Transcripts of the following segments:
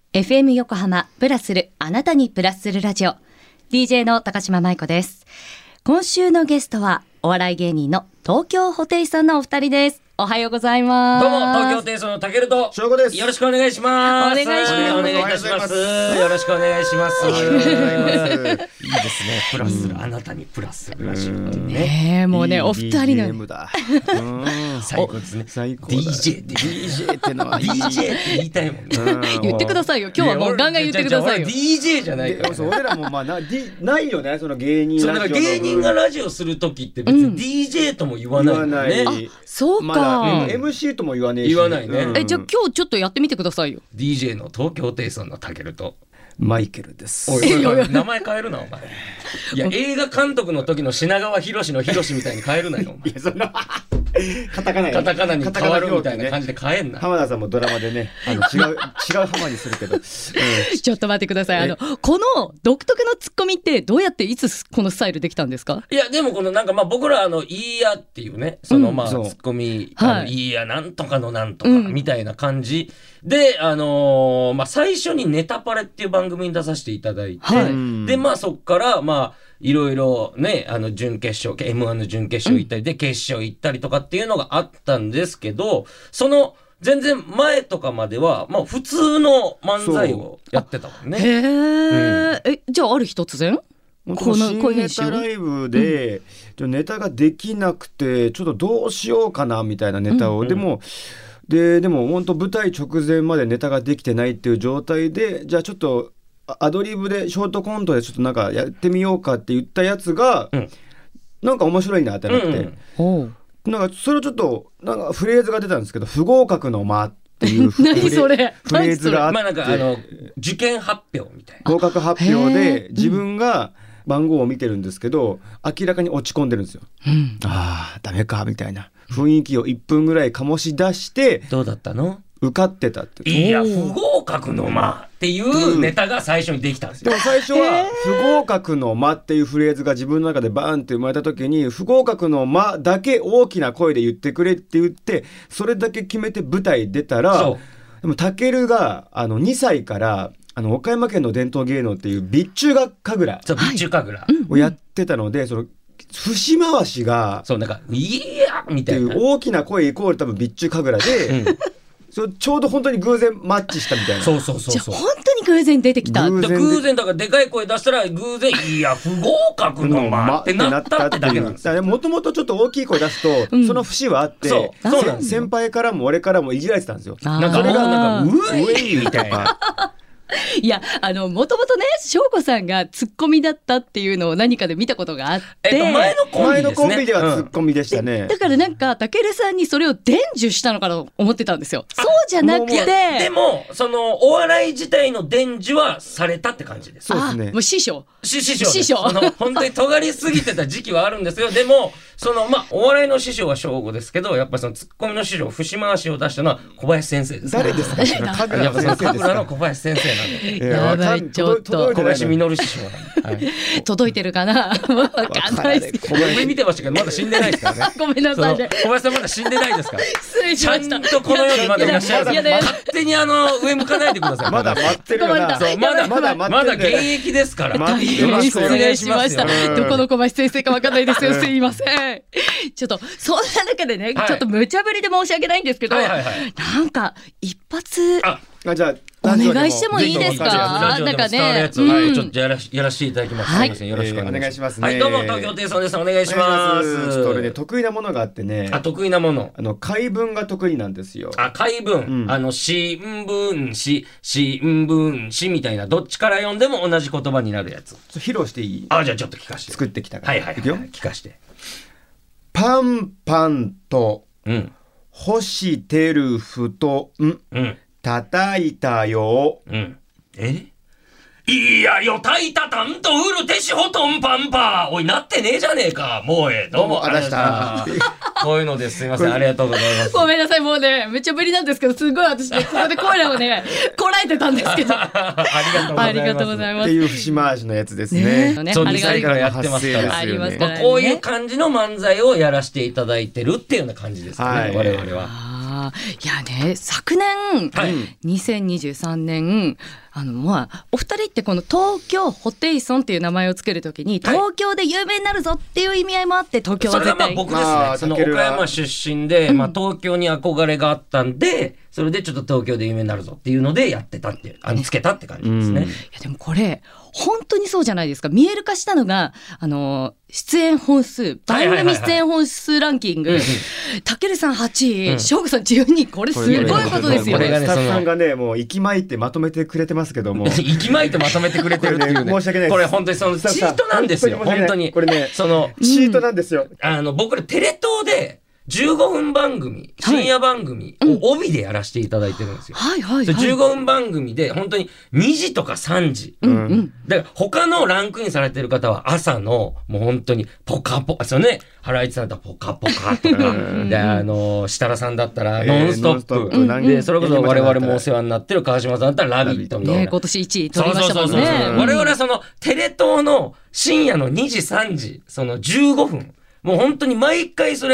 FM 横浜プラスるあなたにプラスするラジオ DJ の高島舞子です。今週のゲストはお笑い芸人の東京ホテイソンのお二人です。おはようございます。 どうも東京ホテイソンのたけると翔吾です。 よろしくお願いします。 お願いします。 お願いいたします。よろしくお願いします。いいですね。プラスするあなたにプラスするラジオね。 もうねお二人の最高ですね。 最高だ。 DJ ってのは DJ って言いたいもんね。 言ってくださいよ。今日はもうガンガン言ってくださいよ。 DJ じゃないから。 俺らもまあないよね、その芸人ラジオ。 芸人がラジオするときって別に DJ とも言わないね。 そうか。 MC とも言わねえし。 言わないね。 じゃあ今日ちょっとやってみてくださいよ。 DJ の東京ホテイソンのたけるとマイケルです。 おい名前変えるなお前。いや映画監督の時の品川博の博みたいに変えるなよお前。 いやそんなカタカナに変わるみたいな感じで変えんな。 浜田さんもドラマでね違う浜にするけど、 ちょっと待ってください。この独特のツッコミってどうやっていつこのスタイルできたんですか？ いやでもこのなんか僕らいいやっていうねそのツッコミいいやなんとかのなんとかみたいな感じで最初にネタパレっていう番組に出させていただいて、でそっからいろいろね準決勝 M1 の準決勝行ったりで決勝行ったりとかっていうのがあったんですけど、その全然前とかまでは普通の漫才をやってたもんね。 じゃあある日突然この新ネタライブで、ネタができなくてちょっとどうしようかなみたいなネタを、でも本当舞台直前までネタができてないっていう状態で、じゃあちょっとアドリブでショートコントでちょっとなんかやってみようかって言ったやつが、なんか面白いなってなって、なんかそれをちょっとなんかフレーズが出たんですけど、不合格の間っていうフレーズがあって、 なんか受験発表みたいな合格発表で自分が番号を見てるんですけど、明らかに落ち込んでるんですよ。ダメかみたいな雰囲気を1分ぐらい醸し出して、 どうだったの？ 受かってたって。 いや不合格の間っていうネタが最初にできたんですよ。 でも最初は不合格の間っていうフレーズが自分の中でバーンって生まれた時に、不合格の間だけ大きな声で言ってくれって言って、それだけ決めて舞台出たら、でもタケルが2歳から岡山県の伝統芸能っていう備中神楽をやってたので、その節回しがなんかいやみたいな大きな声イコール多分備中神楽で、ちょうど本当に偶然マッチしたみたいな。 じゃあ本当に偶然出てきた。 偶然だからでかい声出したら偶然いや不合格の間ってなったってだけなんですよ。 もともとちょっと大きい声出すと、その節はあって、先輩からも俺からもいじられてたんですよ。 なんかそれがなんかウェイみたいな。 いやもともとね翔子さんがツッコミだったっていうのを何かで見たことがあって、 前のコンビではツッコミでしたね。 だからなんかたけるさんにそれを伝授したのかと思ってたんですよ。そうじゃなくて、 でもそのお笑い自体の伝授はされたって感じです。 そうですね。 もう師匠本当に尖りすぎてた時期はあるんですよ。でもお笑いの師匠は翔吾ですけど、やっぱそのツッコミの師匠節回しを出したのは小林先生です。 誰ですか？ やっぱその神楽の小林先生なんで。 やばい、ちょっと小林実師匠なんで、 届いてるかな。わかんないですけど。 上見てましたけどまだ死んでないですからね。 ごめんなさいね。 小林さんまだ死んでないですから。 失礼しました。 ちゃんとこの世にまだいらっしゃるから。勝手に上向かないでください。 まだ待ってるよな。 まだ現役ですから。 失礼しました。どこの小林先生かわかんないですよ。すいません。ちょっとそんな中でね、ちょっと無茶ぶりで申し訳ないんですけど、なんか一発じゃあお願いしてもいいですか？ なんかね、ちょっとやらせていただきます。すみません、よろしくお願いします。はい、どうも東京ホテイソンです。お願いします。 ちょっと俺ね得意なものがあってね。 得意なもの。 解文が得意なんですよ。 解文。新聞紙みたいなどっちから読んでも同じ言葉になるやつ。 披露していい？ じゃあちょっと聞かせて。 作ってきたから。 はい。聞かせて。 パンパンと干してる布団。叩いたよ。 いやよたいたたんとうるてしほとんパンパー。おいなってねえじゃねえか。もうどうもありがとうございます。こういうのです。すみません、ありがとうございます。 ごめんなさい、もうねめっちゃぶりなんですけど、すごい私ねここで声をねこらえてたんですけどありがとうございますっていう節回しのやつですね。 そう2歳からやってますから。 ありますからね。 こういう感じの漫才をやらせていただいてるっていうような感じですね、我々は。 いやね、昨年、 はい 2023年お二人ってこの東京ホテイソンっていう名前をつけるときに、東京で有名になるぞっていう意味合いもあって東京は絶対、 それが僕ですね、その岡山出身で、東京に憧れがあったんで、それでちょっと東京で有名になるぞっていうのでやってたってつけたって感じですね。 いやでもこれ本当にそうじゃないですか。見える化したのが出演本数、番組出演本数ランキング、たけるさん8位、翔吾さん12位、これすごいことですよ。 これスタッフさんがね、もう息巻いてまとめてくれてますけども息巻いてまとめてくれてるっていうね、 申し訳ないです。 これ本当にそのチートなんですよ。本当にこれね、 そのチートなんですよ。 僕らテレ東で15分番組、深夜番組を帯でやらせていただいてるんですよ。15分番組で本当に2時とか3時。だから他のランクインされてる方は朝のもう本当にポカポカ、そうね、ハライチさんだったらポカポカとか、で、設楽さんだったらノンストップ。で、それこそ我々もお世話になってる川島さんだったらラビットみたいな。 今年1位取りましたもんね。 我々はそのテレ東の深夜の2時3時、その15分。もう本当に毎回それ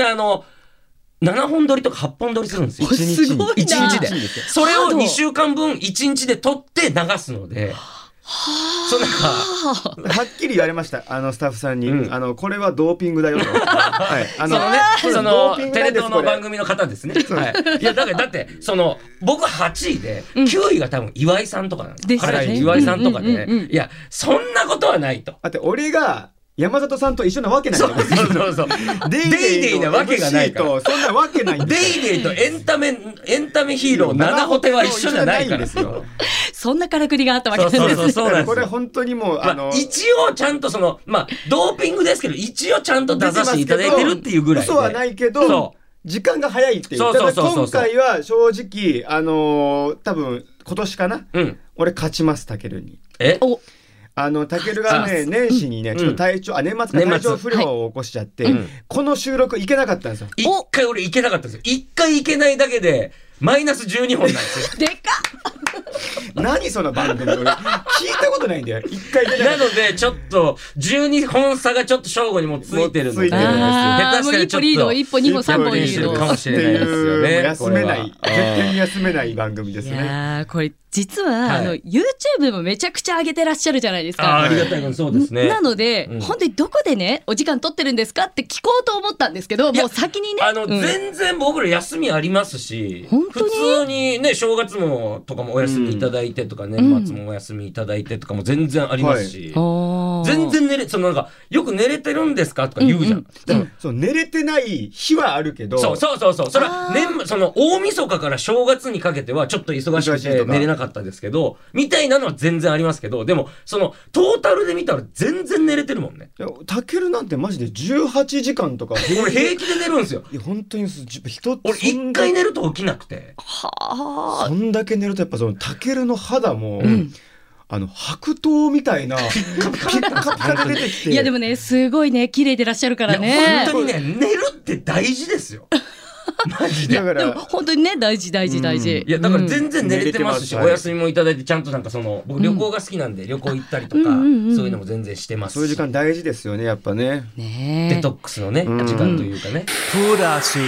7本撮りとか8本撮りするんですよ。 すごいな。 1日で。それを2週間分1日で撮って流すので、そうなんかはっきり言われました。スタッフさんに、これはドーピングだよと。はい。 そのテレ東の番組の方ですね。はい。いやだって僕8位で9位が多分岩井さんとかなんです。岩井さんとかで、いやそんなことはないと。 だって俺が山里さんと一緒なわけない。そう。 デイデイなわけがないから。 そんなわけない。 デイデイとエンタメヒーロー7ホテは一緒じゃないからですよ。 そんなからくりがあったわけですね。 そうなんです。 これ本当にもう一応ちゃんとドーピングですけど一応ちゃんと出させていただいてるっていうぐらいで。 嘘はないけど時間が早いっていう。ただ今回は正直多分今年かな。俺勝ちますタケルに。たけるがね、年始にね、ちょっと年末か体調不良を起こしちゃって、この収録行けなかったんですよ。 一回俺行けなかったんですよ。一回行けないだけで、マイナス12本なんですよ。 でかっ何その番組俺聞いたことないんだよ。一回出なのでちょっと12本差がちょっと正午にもついてるので、 下手したらちょっと一歩2歩3歩リードかもしれないですよね。 休めない、絶対に休めない番組ですね。 いやこれ実は、YouTube もめちゃくちゃ上げてらっしゃるじゃないですか。 ありがたいことそうですね。 なので、本当にどこでねお時間取ってるんですかって聞こうと思ったんですけど、もう先にね全然僕ら休みありますし、 本当に普通にね正月もとかもお休みいただいてとか、年末もお休みいただいてとかも全然ありますし、全然なんかよく寝れてるんですかとか言うじゃん。 でも寝れてない日はあるけど、 そうそれは大晦日から正月にかけてはちょっと忙しくて寝れなかったですけどみたいなのは全然ありますけど、でもトータルで見たら全然寝れてるもんね。 タケルなんてマジで18時間とか俺平気で寝るんですよ。 いや本当に俺一回寝ると起きなくて、 そんだけ寝るとやっぱタケルの肌も、白桃みたいなピッカピカで出てきて、 いやでもねすごいね綺麗でいらっしゃるからね。 本当にね寝るって大事ですよ。マジで。 でも本当にね大事。いやだから全然寝れてますし、お休みもいただいてちゃんと僕旅行が好きなんで旅行行ったりとか、そういうのも全然してますし。 そういう時間大事ですよねやっぱね。 デトックスのね時間というかね。 プラス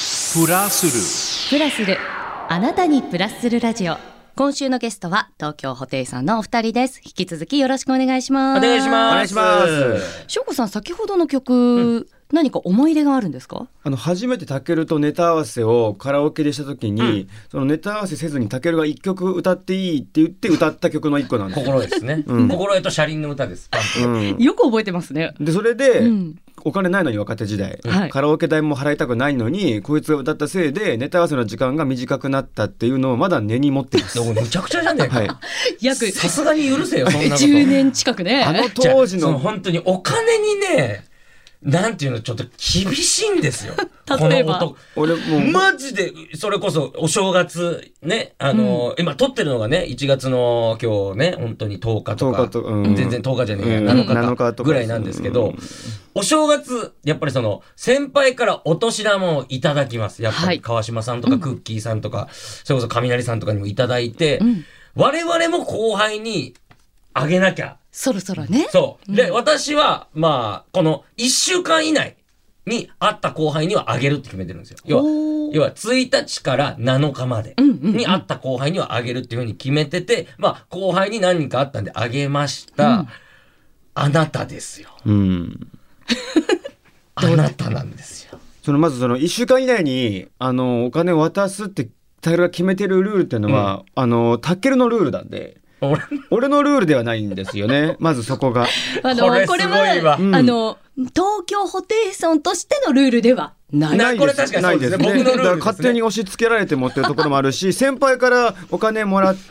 るあなたにプラスするラジオ。今週のゲストは東京ホテイソンのお二人です。引き続きよろしくお願いします。 お願いします。 翔吾さん先ほどの曲、何か思い入れがあるんですか？ 初めてタケルとネタ合わせをカラオケでした時に、そのネタ合わせせずにタケルが1曲歌っていいって言って歌った曲の1個なんです。 心ですね。心得と車輪の歌です。 よく覚えてますね。 でそれで、お金ないのに若手時代、カラオケ代も払いたくないのにこいつが歌ったせいでネタ合わせの時間が短くなったっていうのをまだ根に持ってます。 むちゃくちゃじゃねえか。 約さすがに許せよそんなこと。 10年近くね。 当時の本当にお金にねなんていうのちょっと厳しいんですよ。 例えばこの男マジでそれこそお正月ね今撮ってるのがね1月の今日ね本当に10日とか全然10日じゃねえや7日かぐらいなんですけど、お正月やっぱり先輩からお年玉をいただきます。やっぱり川島さんとかクッキーさんとか、それこそ雷さんとかにもいただいて、我々も後輩にあげなきゃそろそろね。 そうで、私はこの1週間以内に会った後輩にはあげるって決めてるんですよ。要は要は1日から7日までに会った後輩にはあげるっていうふうに決めてて、まあ後輩に何人かあったんであげました。あなたですよ。あなたなんですよ。 まず1週間以内にお金を渡すってタイルが決めてるルールっていうのは、タッケルのルールなんで。俺のルールではないんですよね。まずそこが。 これすごいわ。 東京ホテイソンとしてのルールではない。 これ確かにそうですね。僕のルールですね。 勝手に押し付けられてもっていうところもあるし、先輩からお金もらって、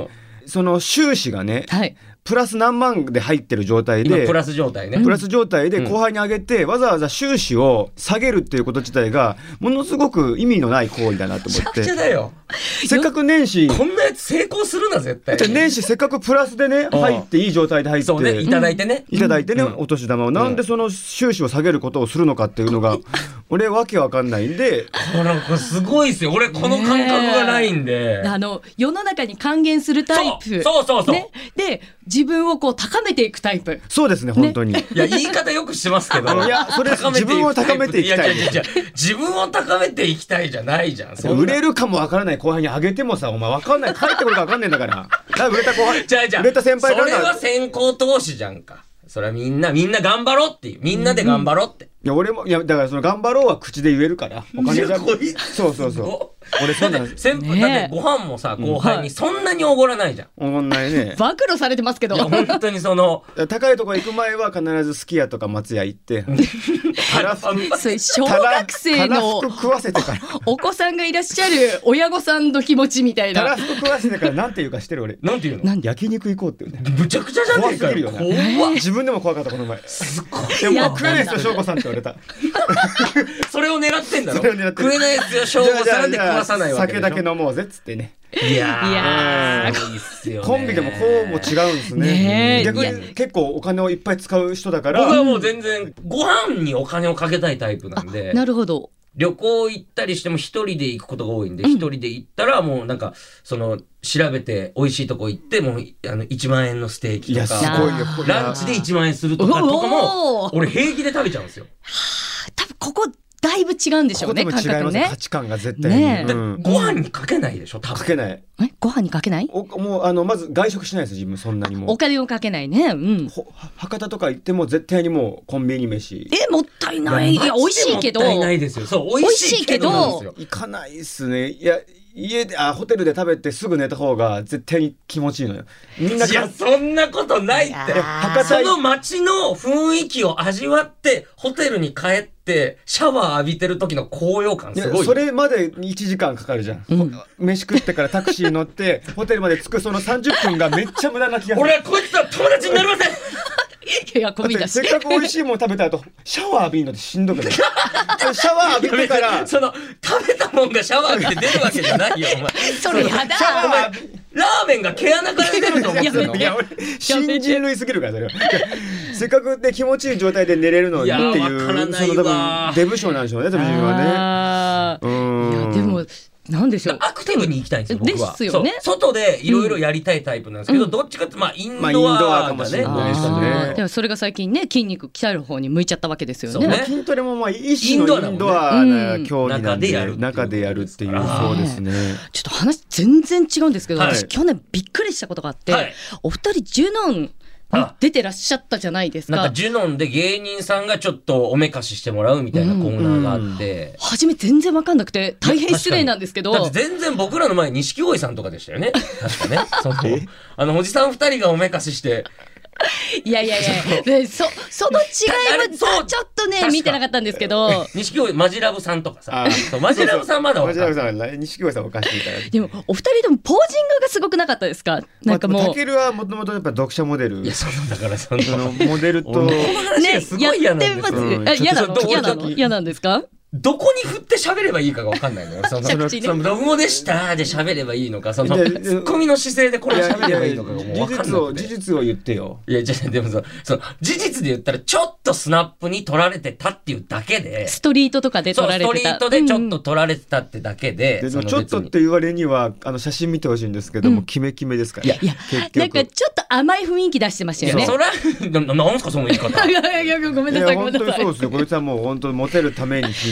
その収支がね、プラス何万で入ってる状態で、 今プラス状態ね。 プラス状態で後輩に上げて、わざわざ収支を下げるっていうこと自体がものすごく意味のない行為だなと思って。 めちゃくちゃだよ。 せっかく年始こんなやつ成功するな絶対。 年始せっかくプラスでね入っていい状態で入って、 そうね、いただいてね、 お年玉をなんでその収支を下げることをするのかっていうのが俺わけわかんないんで、 これすごいですよ。俺この感覚がないんで、 世の中に還元するタイプ、 そう、 ね、で自分をこう高めていくタイプ。 そうですね、本当に。 いや言い方よくしてますけど、 いやそれ自分を高めていきたい。 自分を高めていきたいじゃないじゃん。 売れるかもわからない後輩にあげてもさ、お前わかんない、帰ってくるかわかんないんだから。売れた後輩、売れた先輩から。 それは先行投資じゃんか。それはみんな頑張ろうっていう、みんなで頑張ろうって。 いや俺も、いやだからその頑張ろうは口で言えるから、お金じゃそう俺そうなんです。 先輩だってご飯もさ、後輩にそんなにおごらないじゃん。 おごんないね。 暴露されてますけど。 いや本当に高いとこ行く前は必ずすき家とか松屋行って小学生の食わせてからお子さんがいらっしゃる親御さんの気持ちみたいな。 たらふく食わせてからなんて言うか知ってる俺。 なんて言うの？ 焼肉行こうって言うね。 むちゃくちゃじゃねえかよ。 怖すぎるよな。自分でも怖かったこの前。 すごい。 でも食えないですよ翔子さんって言われた。 それを狙ってんだろ。食えないですよ翔子さんで食わさないわけでしょ。 酒だけ飲もうぜっつってね。 いやいいっすよね。コンビでもこうも違うんですね。逆に結構お金をいっぱい使う人だから。 僕はもう全然ご飯にお金をかけたいタイプなんで。 なるほど。 旅行行ったりしても一人で行くことが多いんで、一人で行ったらもうなんか調べて美味しいとこ行ってもう1万円のステーキとか、ランチで1万円するとかも俺平気で食べちゃうんですよ。 多分ここだいぶ違うんでしょうね。 ここでも違いますね。価値観が絶対に。 ね、ご飯にかけないでしょ。多分かけない。 ご飯にかけない？ もうまず外食しないです自分そんなにも。 お金をかけないね。 博多とか行っても絶対にもうコンビニ飯。 もったいない。いや美味しいけど。 もったいないですよ。そう美味しいけど行かないですね。いや家でホテルで食べてすぐ寝た方が絶対に気持ちいいのよ。みんな。 いやそんなことないって。その街の雰囲気を味わってホテルに帰ってシャワー浴びてる時の高揚感すごい。 それまで1時間かかるじゃん。飯食ってからタクシー乗ってホテルまで着くその30分がめっちゃ無駄な気がする。 俺はこいつとは友達になりません。 いや込みだし。 せっかく美味しいもの食べた後シャワー浴びるのってしんどくない？シャワー浴びてから食べたもんがシャワー浴びて出るわけじゃないよお前。 それやだ。 ラーメンが毛穴から出ると思ってるの？ いや俺新人類すぎるからそれは。せっかくで気持ちいい状態で寝れるのにっていう多分デブ症なんでしょうね多分自分はね。 いやでもなんでしょう。 アクティブに行きたいんですよ僕は。 ですよね。 外でいろいろやりたいタイプなんですけど、どっちかってインドアかもしれないですね。 でもそれが最近ね筋肉鍛える方に向いちゃったわけですよね。 筋トレも一種のインドアな競技なんで中でやるっていう。そうですね。 ちょっと話全然違うんですけど、私去年びっくりしたことがあって、お二人ジュノン出てらっしゃったじゃないですか。 なんかジュノンで芸人さんがちょっとおめかししてもらうみたいなコーナーがあって、 初め全然わかんなくて大変失礼なんですけど。 だって全然僕らの前錦鯉さんとかでしたよね確かね。おじさん2人がおめかししていやその違いはちょっとね見てなかったんですけど、 錦鯉マジラブさんとかさ、マジラブさんまだマジラブさん錦鯉さんおかしいから。 でもお二人ともポージングがすごくなかったですか？なんかもうタケルはもともとやっぱ読者モデル。 いやだからそのモデルとねすごい嫌なんですよ。 嫌なんですか？ どこに振って喋ればいいかが分かんないのよ。ロゴでしたで喋ればいいのか、ツッコミの姿勢でこれ喋ればいいのかがもう分かんない。 事実を言ってよ。 いやでも事実で言ったらちょっとスナップに撮られてたっていうだけで、 ストリートとかで撮られてた。 ストリートでちょっと撮られてたってだけで、 ちょっとって言われには写真見てほしいんですけども、キメキメですから。 いやなんかちょっと甘い雰囲気出してましたよね。 それはなんすかその言い方。 いやごめんなさいごめんなさい。 本当にそうですよ。こいつはもう本当モテるために必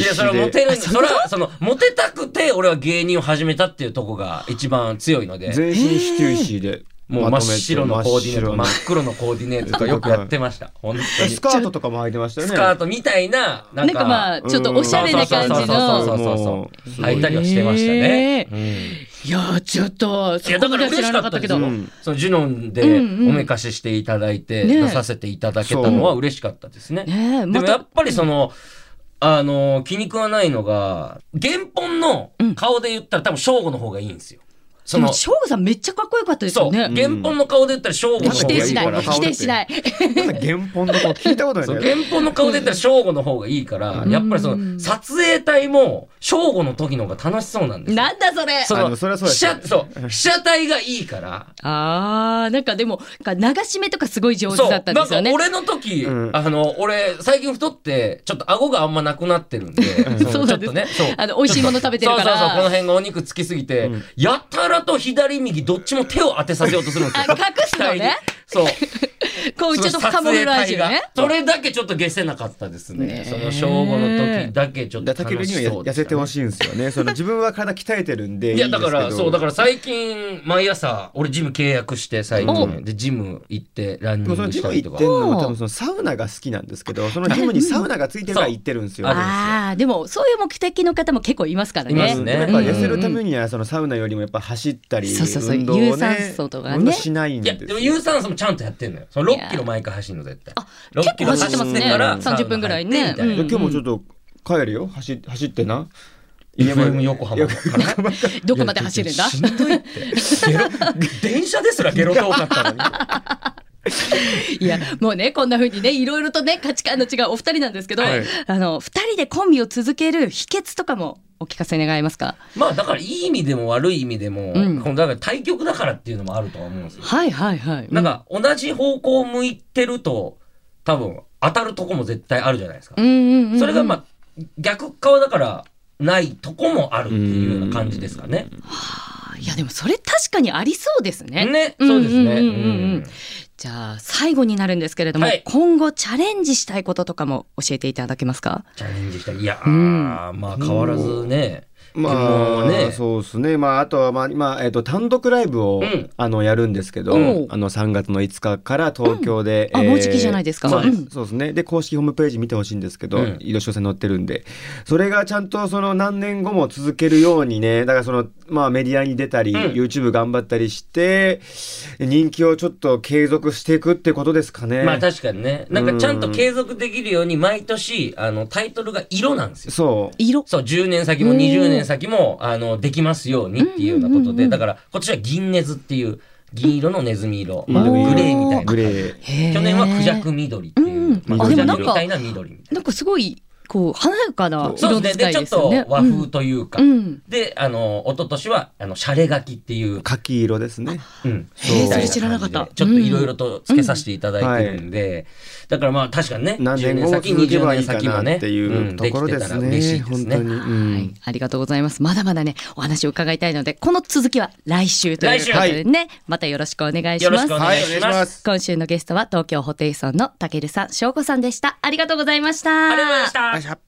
死それはモテで。 る、それは、モテたくて、俺は芸人を始めたっていうとこが一番強いので。 全身シテューシーで。 もう真っ白のコーディネート、真っ黒のコーディネートとかよくやってました。本当に。 スカートとかも履いてましたよね。 スカートみたいな、 なんかまあ、ちょっとおしゃれな感じの。 そう履いたりはしてましたね。 いやちょっと、 いやだから嬉しかったけど、そのジュノンでおめかししていただいて、出させていただけたのは嬉しかったですね。でもやっぱり気に食わないのが、原本の顔で言ったら多分ショーゴの方がいいんですよ。 ショーゴさんめっちゃかっこよかったですよね。 そう。原本の顔で言ったらショーゴの方がいいから。 否定しない。 原本の顔聞いたことないね。 原本の顔で言ったらショーゴの方がいいから、やっぱり撮影隊もショーゴの時の方が楽しそうなんですよ。 なんだそれ。 被写体がいいから。 なんかでも、流し目とかすごい上手だったんですよね。 なんか俺の時、俺最近太って、ちょっと顎があんまなくなってるんで、ちょっとね、 美味しいもの食べてるから。 そう、この辺がお肉つきすぎて、やったらと左右どっちも手を当てさせようとするんですよ。 隠すのね。 そう。 こうちょっとカモフラージュね。 それだけちょっと消せなかったですね。その正午の時だけちょっと楽しそうで痩せてほしいんですよね。自分は体鍛えてるんで。 いやだから最近毎朝俺ジム契約して最近でジム行ってランニングしたりとか。 ジム行ってんの多分サウナが好きなんですけど、そのジムにサウナがついてるから行ってるんですよ。 でもそういう目的の方も結構いますからね。 いますね。 やっぱ痩せるためにはサウナよりもやっぱ走ったり運動を有酸素とかね。 運動しないんですよ。 いやでも有酸素もちゃんとやってんのよ。6キロ毎回走るの絶対。 結構走ってますね。30分ぐらいね。 今日もちょっと帰るよ。走ってな。 FM 横浜からどこまで走るんだ。 しんどいって。電車ですらゲロ遠かったのに。 いやもうねこんな風にねいろいろとね価値観の違うお二人なんですけど、2人でコンビを続ける秘訣とかもお聞かせ願えますか。 まあだからいい意味でも悪い意味でも、だから対極だからっていうのもあるとは思うんですよ。なんか同じ方向を向いてると多分当たるとこも絶対あるじゃないですか。それがまあ逆側だからないとこもあるっていうような感じですかね。 いやでもそれ確かにありそうですね。 ね、そうですね。 じゃあ最後になるんですけれども、今後チャレンジしたいこととかも教えていただけますか。 チャレンジしたい。いやまあ変わらずね。 そうですね。あとは今単独ライブをやるんですけど、3月の5日から東京でもうじきじゃないですか。 そうですね。で公式ホームページ見てほしいんですけど、移動詳細載ってるんで、それがちゃんと何年後も続けるようにね、だからメディアに出たり、YouTube 頑張ったりして人気をちょっと継続していくってことですかね。 まあ確かにね。なんかちゃんと継続できるように毎年タイトルが色なんですよ。そう10年先も20年先もできますようにっていうようなことで、だから今年は銀ネズっていう銀色のネズミ色、グレーみたいな。去年はクジャク緑っていう、クジャクみたいな緑みたいな。 なんかすごいこう華やかな色使いですよね。 でちょっと和風というか、で一昨年はシャレガキっていう柿色ですね。 それ知らなかった。 ちょっといろいろとつけさせていただいてるんで、だからまあ確かにね、10年先20年先もねっていうところですね。 嬉しいですね。 ありがとうございます。まだまだねお話を伺いたいので、この続きは来週ということでね、またよろしくお願いします。 よろしくお願いします。 今週のゲストは東京ホテイソンのたけるさん、しょうこさんでした。ありがとうございました。 ありがとうございました。